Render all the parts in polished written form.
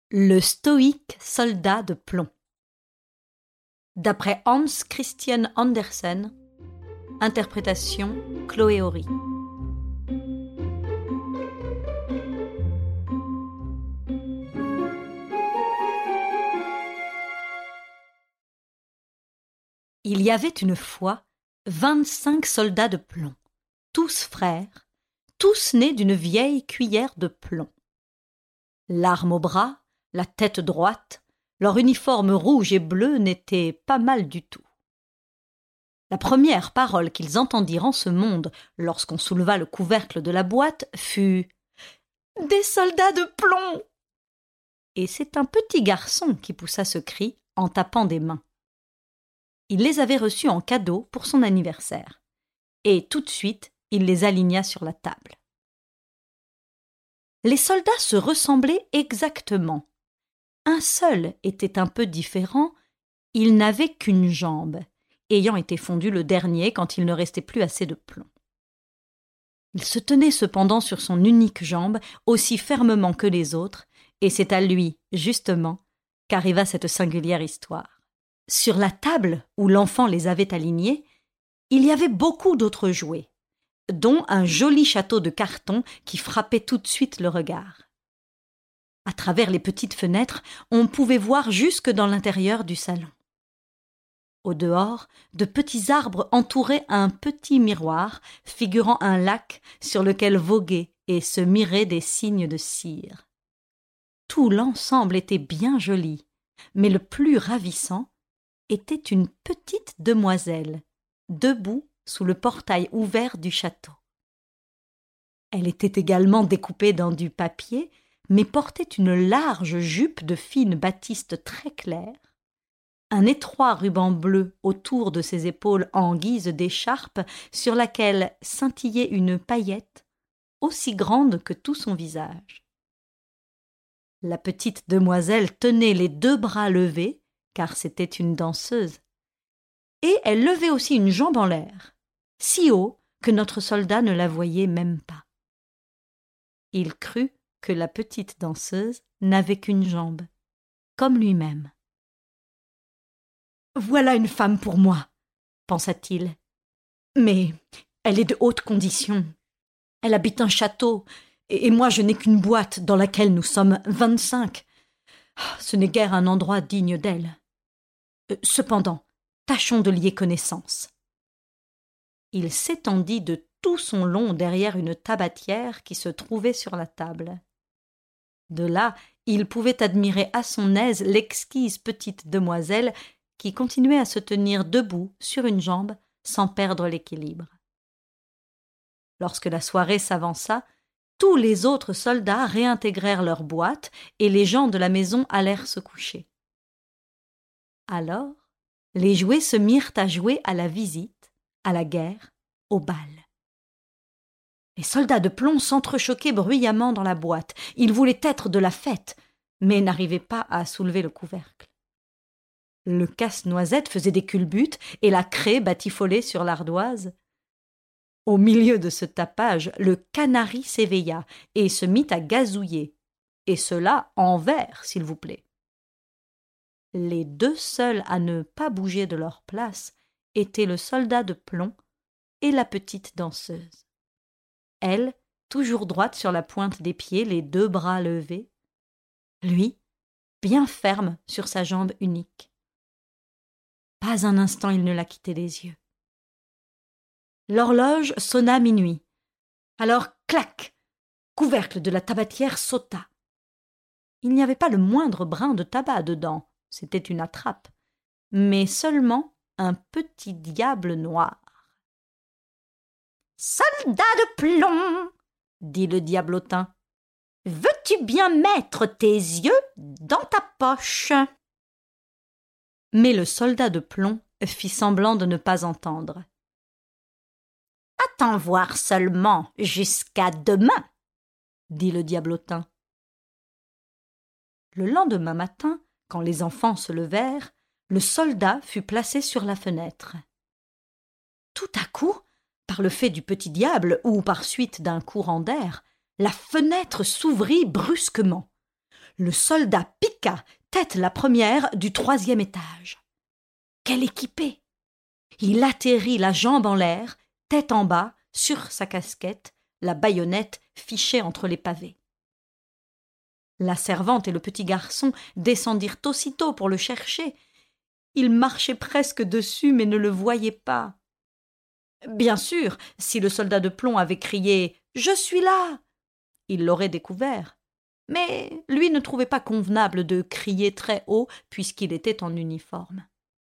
Le stoïque soldat de plomb. D'après Hans Christian Andersen, interprétation Chloé Horry. Il y avait une fois 25 soldats de plomb, tous frères, tous nés d'une vieille cuillère de plomb. L'arme au bras, la tête droite, leur uniforme rouge et bleu n'était pas mal du tout. La première parole qu'ils entendirent en ce monde, lorsqu'on souleva le couvercle de la boîte, fut « Des soldats de plomb !» Et c'est un petit garçon qui poussa ce cri en tapant des mains. Il les avait reçus en cadeau pour son anniversaire, et tout de suite il les aligna sur la table. Les soldats se ressemblaient exactement. Un seul était un peu différent, il n'avait qu'une jambe, ayant été fondu le dernier quand il ne restait plus assez de plomb. Il se tenait cependant sur son unique jambe, aussi fermement que les autres, et c'est à lui, justement, qu'arriva cette singulière histoire. Sur la table où l'enfant les avait alignés, il y avait beaucoup d'autres jouets, dont un joli château de carton qui frappait tout de suite le regard. À travers les petites fenêtres, on pouvait voir jusque dans l'intérieur du salon. Au dehors, de petits arbres entouraient un petit miroir figurant un lac sur lequel voguaient et se miraient des cygnes de cire. Tout l'ensemble était bien joli, mais le plus ravissant était une petite demoiselle, debout sous le portail ouvert du château. Elle était également découpée dans du papier, mais portait une large jupe de fine batiste très claire, un étroit ruban bleu autour de ses épaules en guise d'écharpe sur laquelle scintillait une paillette aussi grande que tout son visage. La petite demoiselle tenait les 2 bras levés, car c'était une danseuse, et elle levait aussi une jambe en l'air, si haut que notre soldat ne la voyait même pas. Il crut que la petite danseuse n'avait qu'une jambe, comme lui-même. « Voilà une femme pour moi, » pensa-t-il. « Mais elle est de haute condition. Elle habite un château, et moi je n'ai qu'une boîte dans laquelle nous sommes 25. Ce n'est guère un endroit digne d'elle. Cependant, tâchons de lier connaissance. » Il s'étendit de tout son long derrière une tabatière qui se trouvait sur la table. De là, il pouvait admirer à son aise l'exquise petite demoiselle qui continuait à se tenir debout sur une jambe sans perdre l'équilibre. Lorsque la soirée s'avança, tous les autres soldats réintégrèrent leurs boîtes et les gens de la maison allèrent se coucher. Alors, les jouets se mirent à jouer à la visite, à la guerre, au bal. Les soldats de plomb s'entrechoquaient bruyamment dans la boîte. Ils voulaient être de la fête, mais n'arrivaient pas à soulever le couvercle. Le casse-noisette faisait des culbutes et la craie batifolait sur l'ardoise. Au milieu de ce tapage, le canari s'éveilla et se mit à gazouiller, et cela en vers, s'il vous plaît. Les 2 seuls à ne pas bouger de leur place étaient le soldat de plomb et la petite danseuse. Elle, toujours droite sur la pointe des pieds, les 2 bras levés. Lui, bien ferme sur sa jambe unique. Pas un instant il ne la quittait des yeux. L'horloge sonna minuit. Alors, clac, couvercle de la tabatière sauta. Il n'y avait pas le moindre brin de tabac dedans, c'était une attrape, mais seulement un petit diable noir. « Soldat de plomb !» dit le diablotin. « Veux-tu bien mettre tes yeux dans ta poche ?» Mais le soldat de plomb fit semblant de ne pas entendre. « Attends voir seulement jusqu'à demain !» dit le diablotin. Le lendemain matin, quand les enfants se levèrent, le soldat fut placé sur la fenêtre. Tout à coup, par le fait du petit diable ou par suite d'un courant d'air, la fenêtre s'ouvrit brusquement. le soldat piqua, tête la première, du 3e étage. Quel équipé! Il atterrit la jambe en l'air, tête en bas, sur sa casquette, la baïonnette fichée entre les pavés. La servante et le petit garçon descendirent aussitôt pour le chercher. Ils marchaient presque dessus, mais ne le voyaient pas. Bien sûr, si le soldat de plomb avait crié « Je suis là !» il l'aurait découvert. Mais lui ne trouvait pas convenable de crier très haut puisqu'il était en uniforme.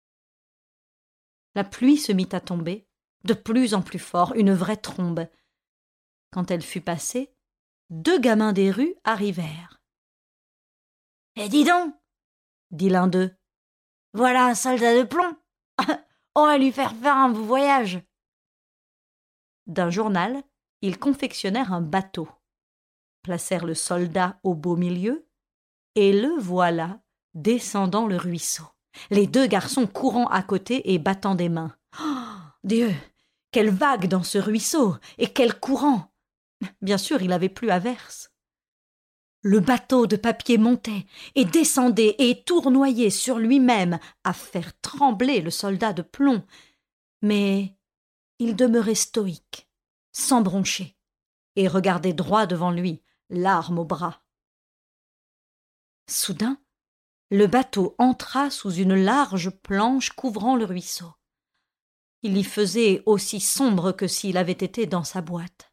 La pluie se mit à tomber, de plus en plus fort, une vraie trombe. Quand elle fut passée, 2 gamins des rues arrivèrent. « Eh, dis donc !» dit l'un d'eux. « Voilà un soldat de plomb. On va lui faire un beau voyage. » D'un journal, ils confectionnèrent un bateau, placèrent le soldat au beau milieu, et le voilà descendant le ruisseau, les 2 garçons courant à côté et battant des mains. Oh, Dieu, quelle vague dans ce ruisseau, et quel courant! Bien sûr, il avait plu à verse. Le bateau de papier montait et descendait et tournoyait sur lui-même à faire trembler le soldat de plomb. Mais il demeurait stoïque, sans broncher, et regardait droit devant lui, l'arme au bras. Soudain, le bateau entra sous une large planche couvrant le ruisseau. Il y faisait aussi sombre que s'il avait été dans sa boîte.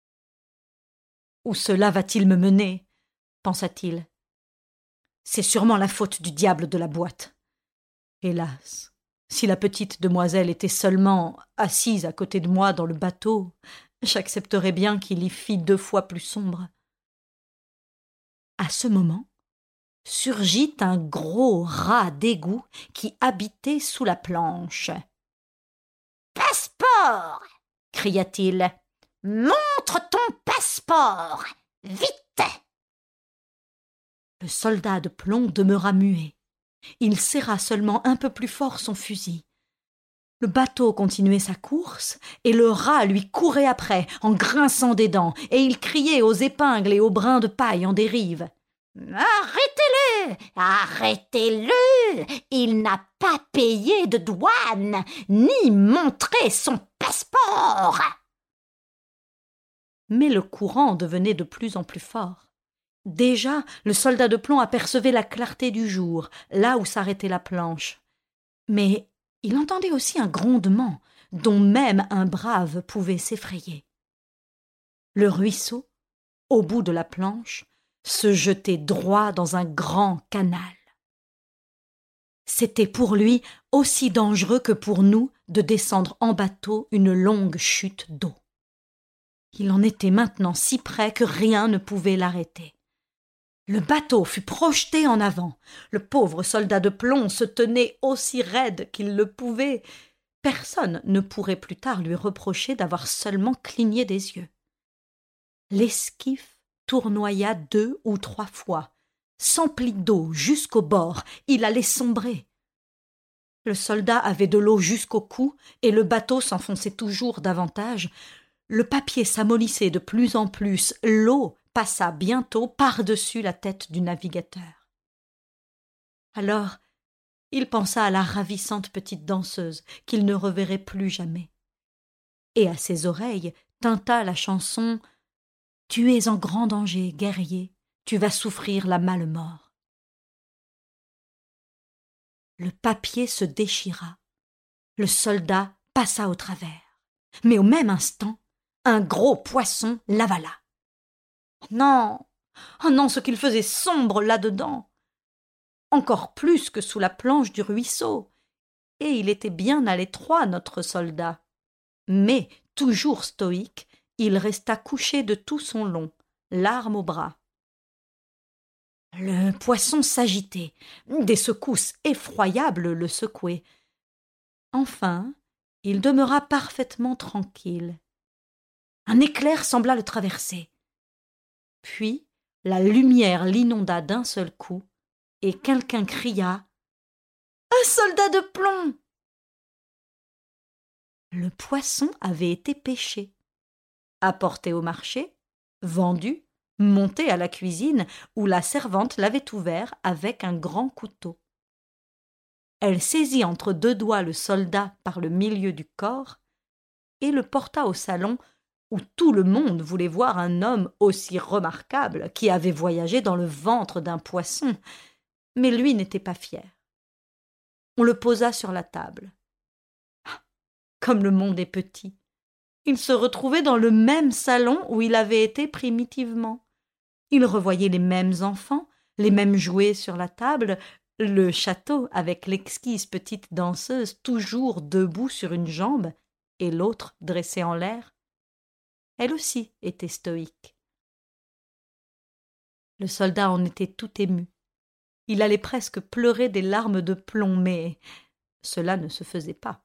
« Où cela va-t-il me mener ?» pensa-t-il. « C'est sûrement la faute du diable de la boîte. Hélas, si la petite demoiselle était seulement assise à côté de moi dans le bateau, j'accepterais bien qu'il y fît 2 fois plus sombre. » À ce moment, surgit un gros rat d'égout qui habitait sous la planche. « Passeport !» cria-t-il. « Montre ton passeport ! Vite !» Le soldat de plomb demeura muet. Il serra seulement un peu plus fort son fusil. Le bateau continuait sa course, et le rat lui courait après, en grinçant des dents, et il criait aux épingles et aux brins de paille en dérive. « Arrêtez-le! Arrêtez-le! Il n'a pas payé de douane, ni montré son passeport !» Mais le courant devenait de plus en plus fort. Déjà, le soldat de plomb apercevait la clarté du jour, là où s'arrêtait la planche. Mais il entendait aussi un grondement, dont même un brave pouvait s'effrayer. Le ruisseau, au bout de la planche, se jetait droit dans un grand canal. C'était pour lui aussi dangereux que pour nous de descendre en bateau une longue chute d'eau. Il en était maintenant si près que rien ne pouvait l'arrêter. Le bateau fut projeté en avant. Le pauvre soldat de plomb se tenait aussi raide qu'il le pouvait. Personne ne pourrait plus tard lui reprocher d'avoir seulement cligné des yeux. L'esquif tournoya 2 ou 3 fois, s'emplit d'eau jusqu'au bord, il allait sombrer. Le soldat avait de l'eau jusqu'au cou et le bateau s'enfonçait toujours davantage. Le papier s'amollissait de plus en plus, l'eau passa bientôt par-dessus la tête du navigateur. Alors, il pensa à la ravissante petite danseuse qu'il ne reverrait plus jamais. Et à ses oreilles tinta la chanson « Tu es en grand danger, guerrier, tu vas souffrir la male-mort. » Le papier se déchira. Le soldat passa au travers. Mais au même instant, un gros poisson l'avala. Non, oh non, ce qu'il faisait sombre là-dedans, encore plus que sous la planche du ruisseau, et il était bien à l'étroit, notre soldat. Mais, toujours stoïque, il resta couché de tout son long, l'arme au bras. Le poisson s'agitait, des secousses effroyables le secouaient. Enfin, il demeura parfaitement tranquille. Un éclair sembla le traverser. Puis, la lumière l'inonda d'un seul coup, et quelqu'un cria « Un soldat de plomb !» Le poisson avait été pêché, apporté au marché, vendu, monter à la cuisine où la servante l'avait ouvert avec un grand couteau. Elle saisit entre deux doigts le soldat par le milieu du corps et le porta au salon où tout le monde voulait voir un homme aussi remarquable qui avait voyagé dans le ventre d'un poisson, mais lui n'était pas fier. On le posa sur la table. Comme le monde est petit, il se retrouvait dans le même salon où il avait été primitivement. Il revoyait les mêmes enfants, les mêmes jouets sur la table, le château avec l'exquise petite danseuse toujours debout sur une jambe et l'autre dressée en l'air. Elle aussi était stoïque. Le soldat en était tout ému. Il allait presque pleurer des larmes de plomb, mais cela ne se faisait pas.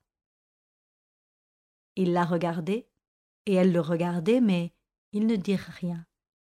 Il la regardait, et elle le regardait, mais ils ne dirent rien.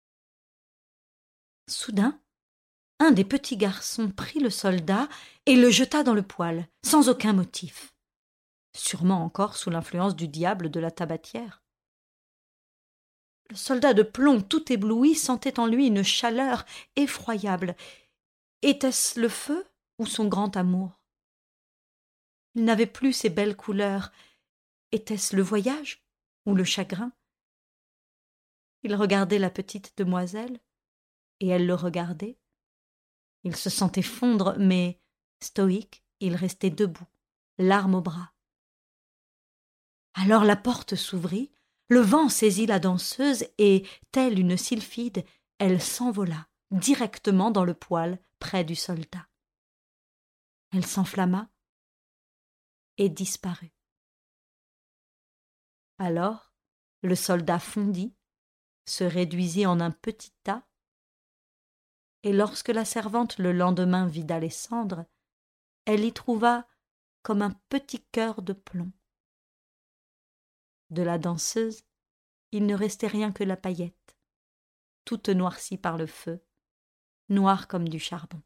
Soudain, un des petits garçons prit le soldat et le jeta dans le poêle, sans aucun motif. Sûrement encore sous l'influence du diable de la tabatière. Le soldat de plomb, tout ébloui, sentait en lui une chaleur effroyable. Était-ce le feu ou son grand amour? Il n'avait plus ses belles couleurs. Était-ce le voyage ou le chagrin? Il regardait la petite demoiselle, et elle le regardait. Il se sentait fondre, mais, stoïque, il restait debout, l'arme au bras. Alors la porte s'ouvrit, le vent saisit la danseuse et, telle une sylphide, elle s'envola directement dans le poêle près du soldat. Elle s'enflamma et disparut. Alors le soldat fondit, se réduisit en un petit tas, et lorsque la servante le lendemain vida les cendres, elle y trouva comme un petit cœur de plomb. De la danseuse, il ne restait rien que la paillette, toute noircie par le feu, noire comme du charbon.